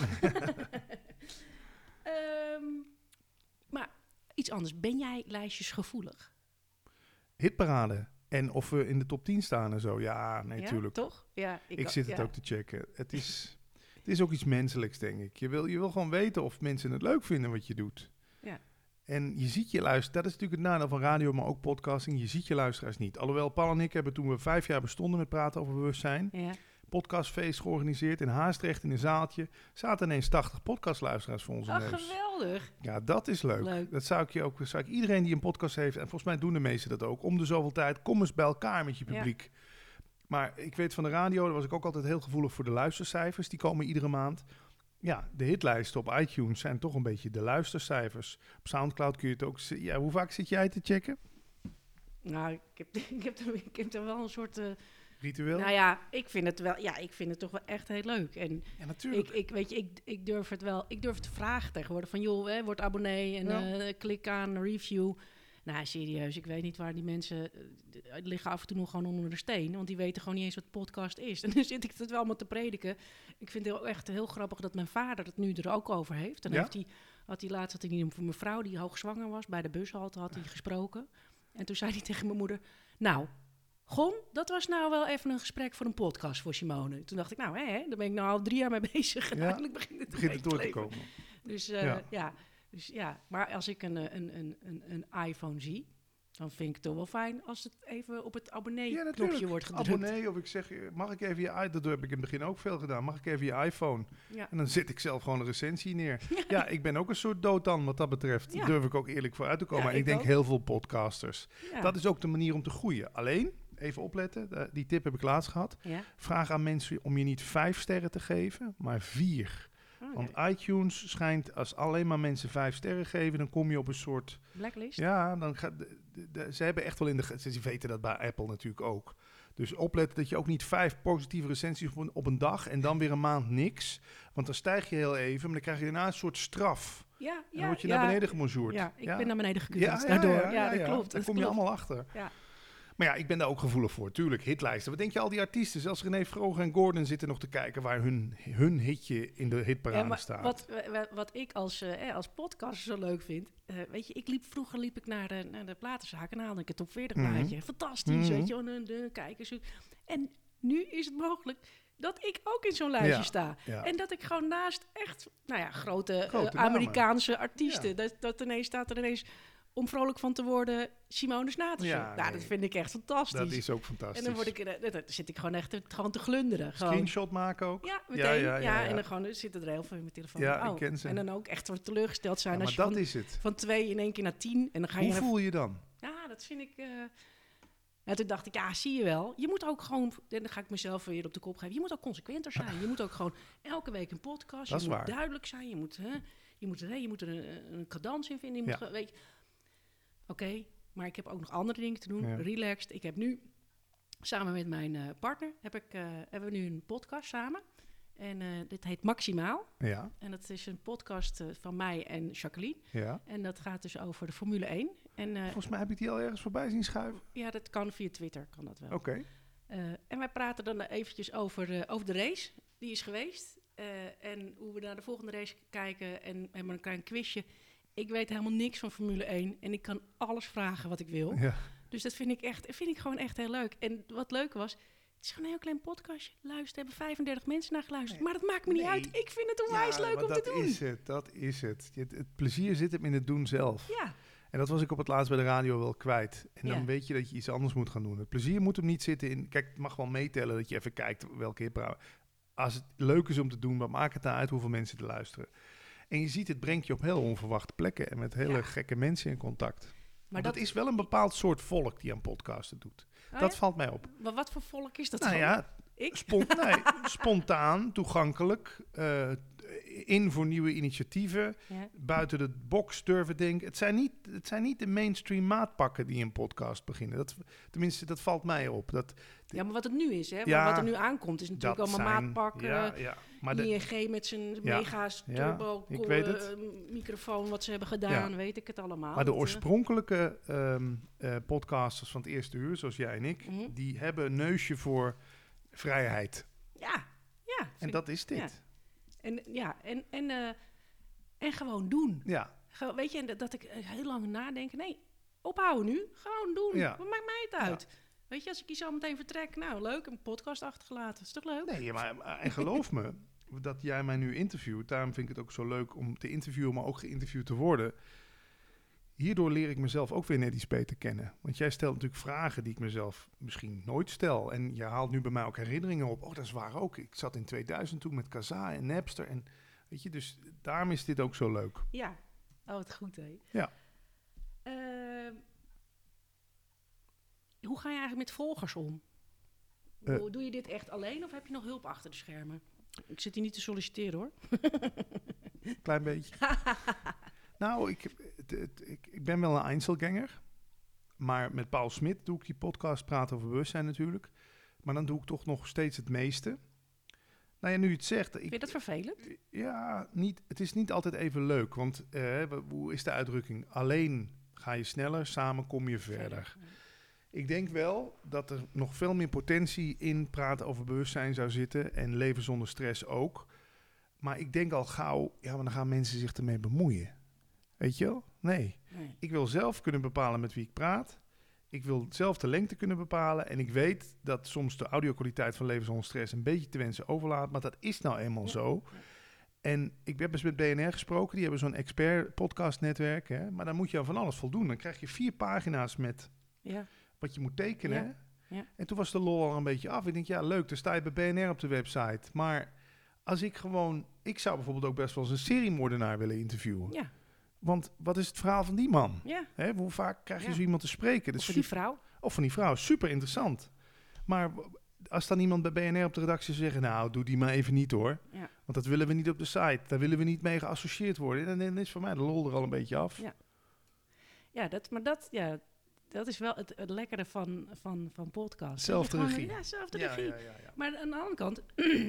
Maar iets anders. Ben jij lijstjesgevoelig? Hitparade. En of we in de top 10 staan en zo. Ja, nee, tuurlijk. Toch? Ja, ik zit het ook te checken. Het is ook iets menselijks, denk ik. Je wil gewoon weten of mensen het leuk vinden wat je doet. Ja. En je ziet je luisteren. Dat is natuurlijk het nadeel van radio, maar ook podcasting. Je ziet je luisteraars niet. Alhoewel Paul en ik hebben toen we 5 jaar bestonden met praten over bewustzijn, podcastfeest georganiseerd in Haastrecht in een zaaltje. Zaten ineens 80 podcastluisteraars voor onze neus. Geweldig. Ja, dat is leuk. Dat zou ik iedereen die een podcast heeft, en volgens mij doen de meesten dat ook, om de zoveel tijd, kom eens bij elkaar met je publiek. Ja. Maar ik weet van de radio, daar was ik ook altijd heel gevoelig voor de luistercijfers. Die komen iedere maand. Ja, de hitlijsten op iTunes zijn toch een beetje de luistercijfers. Op Soundcloud kun je het ook... Ja, hoe vaak zit jij te checken? Nou, ik heb er wel een soort... ritueel? Nou ja, ik vind het toch wel echt heel leuk. En ja, natuurlijk. Ik durf het wel... Ik durf te vragen tegenwoordig van, joh, word abonnee en klik aan review. Nou, serieus, ik weet niet waar die mensen... liggen af en toe nog gewoon onder de steen. Want die weten gewoon niet eens wat podcast is. En dan zit ik het wel allemaal te prediken. Ik vind het echt heel grappig dat mijn vader het nu er ook over heeft. Dan had hij laatst voor mijn vrouw die hoogzwanger was. Bij de bushalte had hij gesproken. En toen zei hij tegen mijn moeder... Nou, Gon, dat was nou wel even een gesprek voor een podcast voor Simone. Toen dacht ik, daar ben ik nou al 3 jaar mee bezig. En eigenlijk begint het door te komen. Dus maar als ik een iPhone zie, dan vind ik het toch wel fijn als het even op het abonnee-knopje wordt gedrukt. Abonnee, of ik zeg, mag ik even je... Dat heb ik in het begin ook veel gedaan. Mag ik even je iPhone? Ja. En dan zet ik zelf gewoon een recensie neer. Ja, ik ben ook een soort dooddan wat dat betreft. Daar durf ik ook eerlijk voor uit te komen. En ik denk ook. Heel veel podcasters. Ja. Dat is ook de manier om te groeien. Alleen, even opletten, die tip heb ik laatst gehad. Ja. Vraag aan mensen om je niet 5 sterren te geven, maar 4. Want iTunes schijnt, als alleen maar mensen 5 sterren geven, dan kom je op een soort... blacklist? Ja, dan gaat... Ze hebben echt wel ze weten dat bij Apple natuurlijk ook. Dus opletten dat je ook niet 5 positieve recensies op een dag en dan weer een maand niks. Want dan stijg je heel even, maar dan krijg je daarna een soort straf. Ja, en dan word je naar beneden gemonjourd. Ja, ik ben naar beneden gekund daardoor. Ja, dat klopt. Daar kom je allemaal achter. Ja. Maar ja, ik ben daar ook gevoelig voor. Tuurlijk, hitlijsten. Wat denk je, al die artiesten, zelfs René Vroger en Gordon zitten nog te kijken waar hun hitje in de hitparade staat. Wat ik als podcaster zo leuk vind, weet je, vroeger liep ik naar de platenzaak en haalde ik het top 40 plaatje. Fantastisch, weet je, de kijkers. En nu is het mogelijk dat ik ook in zo'n lijstje sta. Ja. En dat ik gewoon naast echt, grote Amerikaanse artiesten, dat ineens staat er ineens... om vrolijk van te worden, Simone Snatersen. Ja, dat vind ik echt fantastisch. Dat is ook fantastisch. En dan zit ik gewoon echt te glunderen. Screenshot maken ook? Ja, meteen. Ja. En dan zitten er heel veel in mijn telefoon. Ja, ik ken ze. En dan ook echt teleurgesteld zijn als je van 2 in één keer naar 10. En dan ga Hoe voel je dan? Ja, dat vind ik... En toen dacht ik, zie je wel. Je moet ook gewoon... En dan ga ik mezelf weer op de kop geven. Je moet ook consequenter zijn. Je moet ook gewoon elke week een podcast. Je moet duidelijk zijn. Je moet er een cadans in vinden. Je moet, weet je... Oké, maar ik heb ook nog andere dingen te doen. Ja. Relaxed. Ik heb nu samen met mijn partner hebben we nu een podcast samen. En dit heet Maximaal. Ja. En dat is een podcast van mij en Jacqueline. Ja. En dat gaat dus over de Formule 1. En, volgens mij heb ik die al ergens voorbij zien schuiven. Ja, dat kan via Twitter, kan dat wel. Oké. En wij praten dan eventjes over de race. Die is geweest. En hoe we naar de volgende race kijken. En hebben een klein quizje. Ik weet helemaal niks van Formule 1. En ik kan alles vragen wat ik wil. Ja. Dus dat vind ik gewoon echt heel leuk. En wat leuk was... Het is gewoon een heel klein podcastje. Luister, hebben 35 mensen naar geluisterd. Nee. Maar dat maakt me niet uit. Ik vind het onwijs leuk om te doen. Dat is het. Het plezier zit hem in het doen zelf. Ja. En dat was ik op het laatst bij de radio wel kwijt. En dan weet je dat je iets anders moet gaan doen. Het plezier moet hem niet zitten in... Kijk, het mag wel meetellen dat je even kijkt welke hip. Als het leuk is om te doen, dan maakt het uit hoeveel mensen te luisteren. En je ziet, het brengt je op heel onverwachte plekken. En met hele gekke mensen in contact. Maar dat is wel een bepaald soort volk die aan podcasten doet. Dat valt mij op. Maar wat voor volk is dat nou dan? Ja, spontaan, toegankelijk, in voor nieuwe initiatieven, buiten de box durven denken. Het zijn niet de mainstream maatpakken die een podcast beginnen. Tenminste, dat valt mij op. Maar wat het nu is, hè? Ja, wat er nu aankomt, is natuurlijk allemaal maatpakken. Maar ING met zijn mega's turbo microfoon, wat ze hebben gedaan, weet ik het allemaal. Maar de oorspronkelijke podcasters van het eerste uur, zoals jij en ik, die hebben een neusje voor vrijheid. Ja. En dat is dit. En gewoon doen. Ja. Weet je, dat ik heel lang nadenken. Nee, ophouden nu. Gewoon doen. Ja. Wat maakt mij het uit? Ja. Weet je, als ik hier zo meteen vertrek, nou leuk, een podcast achtergelaten. Is toch leuk? Nee, maar en geloof me, dat jij mij nu interviewt, daarom vind ik het ook zo leuk om te interviewen, maar ook geïnterviewd te worden. Hierdoor leer ik mezelf ook weer net iets beter kennen. Want jij stelt natuurlijk vragen die ik mezelf misschien nooit stel. En je haalt nu bij mij ook herinneringen op. Oh, dat is waar ook. Ik zat in 2000 toen met Kazaa en Napster. En weet je, dus daarom is dit ook zo leuk. Ja. Oh, wat goed, hè? Ja. Hoe ga je eigenlijk met volgers om? Doe je dit echt alleen of heb je nog hulp achter de schermen? Ik zit hier niet te solliciteren, hoor. Klein beetje. Nou, ik ben wel een Einzelganger. Maar met Paul Smit doe ik die podcast Praten over Bewustzijn natuurlijk. Maar dan doe ik toch nog steeds het meeste. Nou ja, nu je het zegt... Vind je dat vervelend? Ja, het is niet altijd even leuk. Want hoe is de uitdrukking? Alleen ga je sneller, samen kom je verder. Ja. Ik denk wel dat er nog veel meer potentie in Praten over Bewustzijn zou zitten. En Leven zonder stress ook. Maar ik denk al gauw, maar dan gaan mensen zich ermee bemoeien. Weet je wel? Nee. Ik wil zelf kunnen bepalen met wie ik praat. Ik wil zelf de lengte kunnen bepalen. En ik weet dat soms de audio-kwaliteit van Leven zonder stress een beetje te wensen overlaat. Maar dat is nou eenmaal zo. Ja. En ik heb eens met BNR gesproken. Die hebben zo'n expert-podcastnetwerk. Hè? Maar dan moet je aan van alles voldoen. Dan krijg je 4 pagina's met wat je moet tekenen. Ja. Ja. En toen was de lol al een beetje af. Ik denk, leuk, dan sta je bij BNR op de website. Maar als ik gewoon... Ik zou bijvoorbeeld ook best wel eens een seriemoordenaar willen interviewen. Ja. Want wat is het verhaal van die man? Ja. Hè, hoe vaak krijg je zo iemand te spreken? Of van die vrouw. Of van die vrouw, super interessant. Maar als dan iemand bij BNR op de redactie zegt... nou, doe die maar even niet hoor. Ja. Want dat willen we niet op de site. Daar willen we niet mee geassocieerd worden. En dan is voor mij de lol er al een beetje af. Ja, dat is wel het lekkere van podcasts. Zelfde regie. Zelfde regie. Ja. Maar aan de andere kant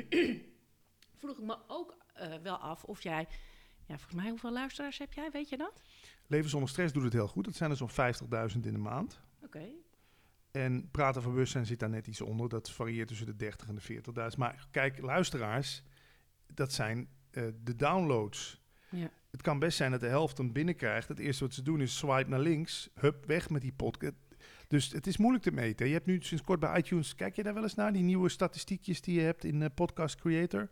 vroeg ik me ook wel af of jij... Ja, volgens mij, hoeveel luisteraars heb jij? Weet je dat? Leven zonder stress doet het heel goed. Dat zijn er zo'n 50.000 in de maand. Oké. En Praten over Bewustzijn zit daar net iets onder. Dat varieert tussen de 30 en de 40.000. Maar kijk, luisteraars, dat zijn de downloads. Ja. Het kan best zijn dat de helft hem binnenkrijgt. Het eerste wat ze doen is swipe naar links. Hup, weg met die podcast. Dus het is moeilijk te meten. Je hebt nu sinds kort bij iTunes... Kijk je daar wel eens naar? Die nieuwe statistiekjes die je hebt in Podcast Creator?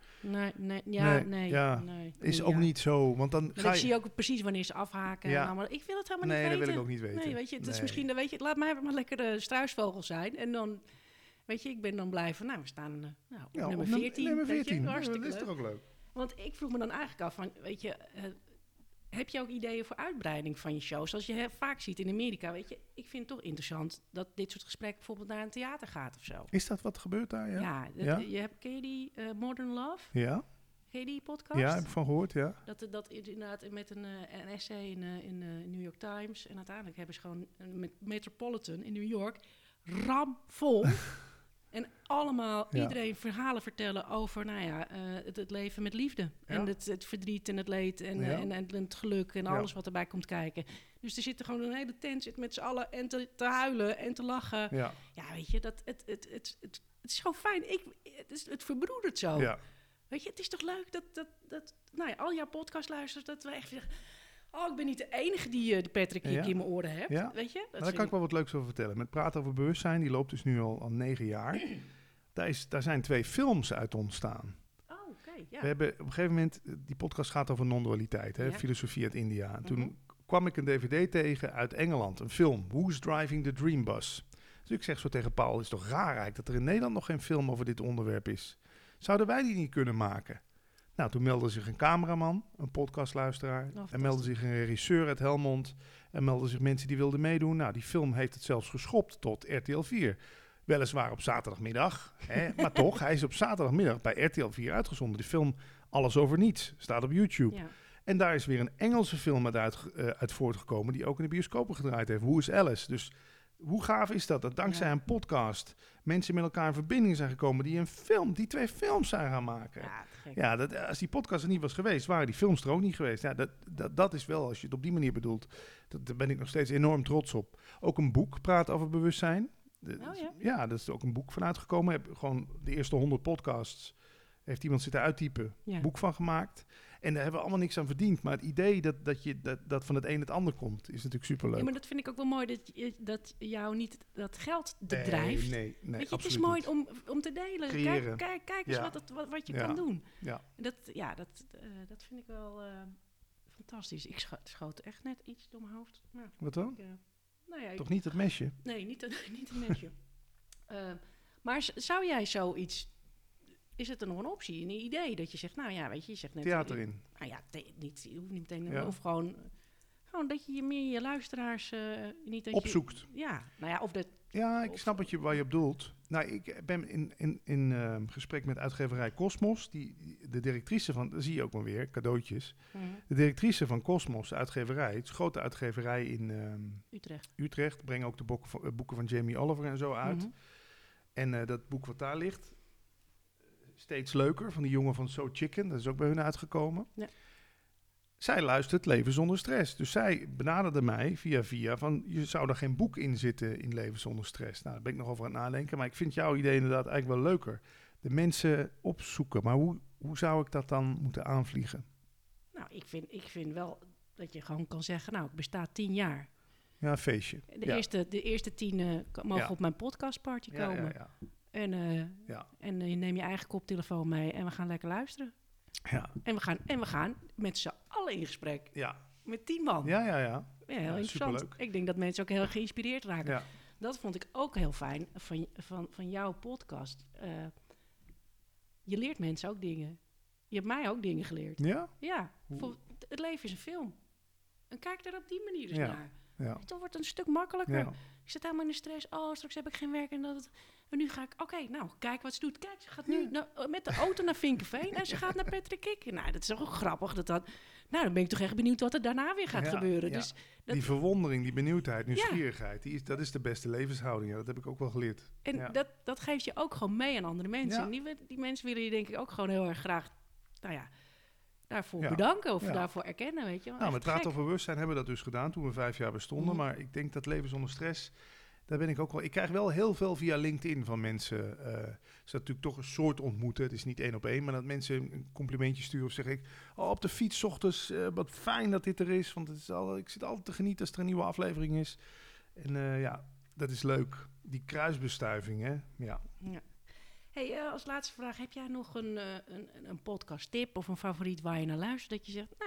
Nee. Is ook niet zo. Want dan ik zie ook precies wanneer ze afhaken. Ja. Maar ik wil het helemaal niet weten. Nee, dat wil ik ook niet weten. Nee, weet je, het is misschien... laat mij maar lekker de struisvogel zijn. En dan... Weet je, ik ben dan blij van... Nou, we staan op nummer 14. Nummer 14. Hartstikke dat is toch ook leuk? Want ik vroeg me dan eigenlijk af van... Weet je... heb je ook ideeën voor uitbreiding van je show? Zoals je vaak ziet in Amerika, weet je... Ik vind het toch interessant dat dit soort gesprekken... bijvoorbeeld naar een theater gaat of zo. Is dat wat gebeurt daar, Ken je die Modern Love? Ja. Ken je die podcast? Ja, heb ik van gehoord, ja. Dat inderdaad met een essay in New York Times... en uiteindelijk hebben ze gewoon met Metropolitan in New York... ramvol... En allemaal iedereen verhalen vertellen over het leven met liefde. Ja. En het verdriet en het leed en het geluk en alles wat erbij komt kijken. Dus er zit gewoon een hele tent zit met z'n allen en te huilen en te lachen. Ja, weet je, het is gewoon fijn. Het verbroedert zo. Ja. Weet je, het is toch leuk dat al jouw podcast luistert, dat we echt zeggen... ik ben niet de enige die de Patrick Kik in mijn oren hebt. Ja. Weet je? Daar kan ik wel wat leuks over vertellen. Met Praten over Bewustzijn, die loopt dus nu al 9 jaar. Daar zijn 2 films uit ontstaan. Oh, oké. Ja. We hebben op een gegeven moment... Die podcast gaat over non-dualiteit, filosofie uit India. En toen kwam ik een DVD tegen uit Engeland. Een film, Who's Driving the Dream Bus? Dus ik zeg zo tegen Paul, het is toch raar eigenlijk dat er in Nederland nog geen film over dit onderwerp is. Zouden wij die niet kunnen maken? Nou, toen meldde zich een cameraman, een podcastluisteraar. En meldde zich een regisseur uit Helmond. En meldden zich mensen die wilden meedoen. Nou, die film heeft het zelfs geschopt tot RTL 4. Weliswaar op zaterdagmiddag. Maar toch, hij is op zaterdagmiddag bij RTL 4 uitgezonden. De film Alles over Niets staat op YouTube. Ja. En daar is weer een Engelse film uit voortgekomen... die ook in de bioscopen gedraaid heeft. Who is Alice? Dus hoe gaaf is dat? Dat dankzij een podcast mensen met elkaar in verbinding zijn gekomen... die 2 films zijn gaan maken. Ja, als die podcast er niet was geweest... waren die films er ook niet geweest. Ja, dat is wel, als je het op die manier bedoelt... daar ben ik nog steeds enorm trots op. Ook een boek, Praat over Bewustzijn. Ja, dat is ook een boek van uitgekomen. Heb gewoon de eerste 100 podcasts... heeft iemand zitten uittypen, boek van gemaakt... En daar hebben we allemaal niks aan verdiend. Maar het idee dat van het een het ander komt, is natuurlijk superleuk. Ja, maar dat vind ik ook wel mooi, dat jou niet dat geld drijft. Nee, weet je, het is mooi om te delen. Kijk eens wat je kan doen. Ja. Dat vind ik wel fantastisch. Ik schoot echt net iets door mijn hoofd. Maar, wat dan? Toch niet het mesje? Nee, niet het mesje. Maar zou jij zoiets... Is het er nog een optie, een idee dat je zegt, weet je zegt net... Theater in. Je hoeft niet meteen... Of gewoon dat je meer je luisteraars... niet dat opzoekt. Of dat... Ja, ik snap waar je op doelt. Nou, ik ben in gesprek met uitgeverij Cosmos. De directrice van... Dat zie je ook maar weer, cadeautjes. Mm-hmm. De directrice van Cosmos, uitgeverij. Het is een grote uitgeverij in Utrecht. Brengen ook de boeken van Jamie Oliver en zo uit. Mm-hmm. En dat boek wat daar ligt... Steeds leuker, van die jongen van So Chicken. Dat is ook bij hun uitgekomen. Ja. Zij luistert Leven zonder stress. Dus zij benaderde mij via van... je zou er geen boek in zitten in Leven zonder stress. Nou, daar ben ik nog over aan het nadenken. Maar ik vind jouw idee inderdaad eigenlijk wel leuker. De mensen opzoeken. Maar hoe zou ik dat dan moeten aanvliegen? Nou, ik vind wel dat je gewoon kan zeggen... ik besta 10 jaar. Ja, een feestje. De eerste 10 mogen op mijn podcastparty komen. Ja. En je neemt je eigen koptelefoon mee en we gaan lekker luisteren. Ja. En we gaan met z'n allen in gesprek. Ja. Met 10 man. Ja. Ja, heel interessant. Superleuk. Ik denk dat mensen ook heel geïnspireerd raken. Ja. Dat vond ik ook heel fijn van jouw podcast. Je leert mensen ook dingen. Je hebt mij ook dingen geleerd. Ja? Ja. Het leven is een film. En kijk er op die manier dus naar. Ja. Dat wordt een stuk makkelijker. Ja. Ik zit helemaal in de stress. Straks heb ik geen werk en dat... En nu ga ik, kijk wat ze doet. Kijk, ze gaat nu met de auto naar Vinkenveen en ze gaat naar Patrick Kik. Nou, dat is ook grappig. Dan ben ik toch echt benieuwd wat er daarna weer gaat gebeuren. Ja. Dus die verwondering, die benieuwdheid, nieuwsgierigheid, dat is de beste levenshouding. Ja, dat heb ik ook wel geleerd. En dat geeft je ook gewoon mee aan andere mensen. Ja. Die mensen willen je denk ik ook gewoon heel erg graag, daarvoor bedanken of daarvoor erkennen, weet je. Met Praten over Bewustzijn hebben we dat dus gedaan toen we 5 jaar bestonden. Maar ik denk dat Leven zonder stress... Daar ben ik ook wel. Ik krijg wel heel veel via LinkedIn van mensen. Is dat natuurlijk toch een soort ontmoeten. Het is niet 1 op 1, maar dat mensen een complimentje sturen of zeg ik... op de fiets 's ochtends, wat fijn dat dit er is. Want ik zit altijd te genieten als er een nieuwe aflevering is. En dat is leuk. Die kruisbestuiving, hè. Ja. Hey, als laatste vraag. Heb jij nog een podcast tip of een favoriet waar je naar luistert? Dat je zegt,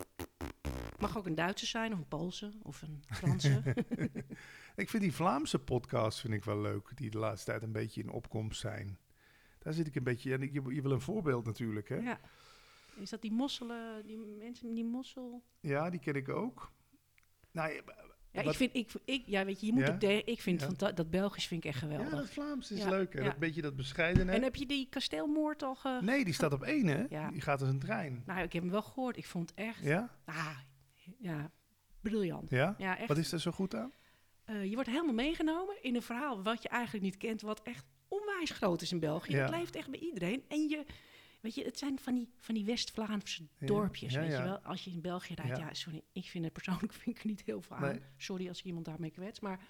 mag ook een Duitse zijn of een Poolse of een Franse. Ik vind die Vlaamse podcasts wel leuk, die de laatste tijd een beetje in opkomst zijn. Daar zit ik een beetje... En je wil een voorbeeld natuurlijk, hè? Ja. Is dat die mosselen, die mensen die mossel... Ja, die ken ik ook. Nou, ik vind dat Belgisch vind ik echt geweldig. Ja, dat Vlaams is leuk. En dat beetje dat bescheidenheid. En heb je die kasteelmoord al Nee, die staat op 1, hè? Ja. Die gaat als een trein. Nou, ik heb hem wel gehoord. Ik vond het echt... Ja? Briljant. Ja? Ja, echt. Wat is er zo goed aan? Je wordt helemaal meegenomen in een verhaal wat je eigenlijk niet kent, wat echt onwijs onwijs groot is in België. Ja. Het leeft echt bij iedereen. En weet je, het zijn van die West-Vlaamse dorpjes, weet je wel. Als je in België rijdt, sorry, ik vind het persoonlijk er niet heel veel aan. Sorry als ik iemand daarmee kwets, maar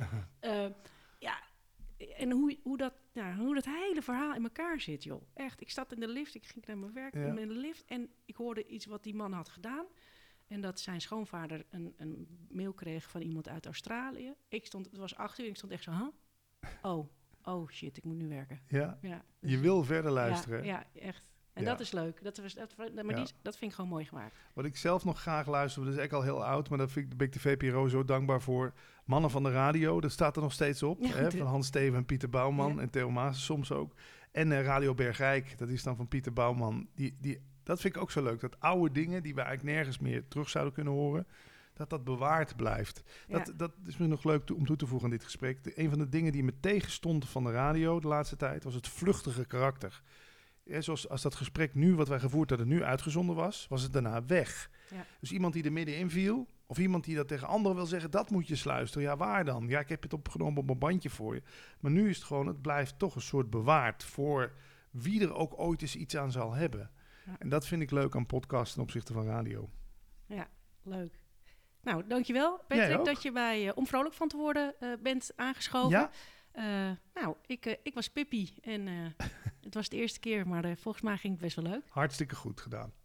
en hoe dat hele verhaal in elkaar zit, joh. Echt, ik zat in de lift, ik ging naar mijn werk in de lift en ik hoorde iets wat die man had gedaan. En dat zijn schoonvader een mail kreeg van iemand uit Australië. Het was 8 uur en ik stond echt zo, oh shit, ik moet nu werken. Ja, dus, je wil verder luisteren. Ja, echt. En dat is leuk. Dat vind ik gewoon mooi gemaakt. Wat ik zelf nog graag luister, dat is echt al heel oud, maar daar ben ik de VPRO zo dankbaar voor. Mannen van de Radio, dat staat er nog steeds op. Van Hans Steven en Pieter Bouwman en Theo Maassen soms ook. En Radio Bergijk, dat is dan van Pieter Bouwman. Dat vind ik ook zo leuk. Dat oude dingen die we eigenlijk nergens meer terug zouden kunnen horen, dat bewaard blijft. Dat is me nog leuk om toe te voegen aan dit gesprek. Een van de dingen die me tegenstond van de radio de laatste tijd was het vluchtige karakter. Zoals als dat gesprek nu, wat wij gevoerd hadden, nu uitgezonden was het daarna weg. Ja. Dus iemand die er middenin viel, of iemand die dat tegen anderen wil zeggen, dat moet je eens luisteren. Ja, waar dan? Ja, ik heb het opgenomen op een bandje voor je. Maar nu is het gewoon, het blijft toch een soort bewaard voor wie er ook ooit eens iets aan zal hebben. Ja. En dat vind ik leuk aan podcasts ten opzichte van radio. Ja, leuk. Nou, dankjewel Patrick dat je bij Om Vrolijk van te worden bent aangeschoven. Ja? Ik was Pippi en het was de eerste keer, maar volgens mij ging het best wel leuk. Hartstikke goed gedaan.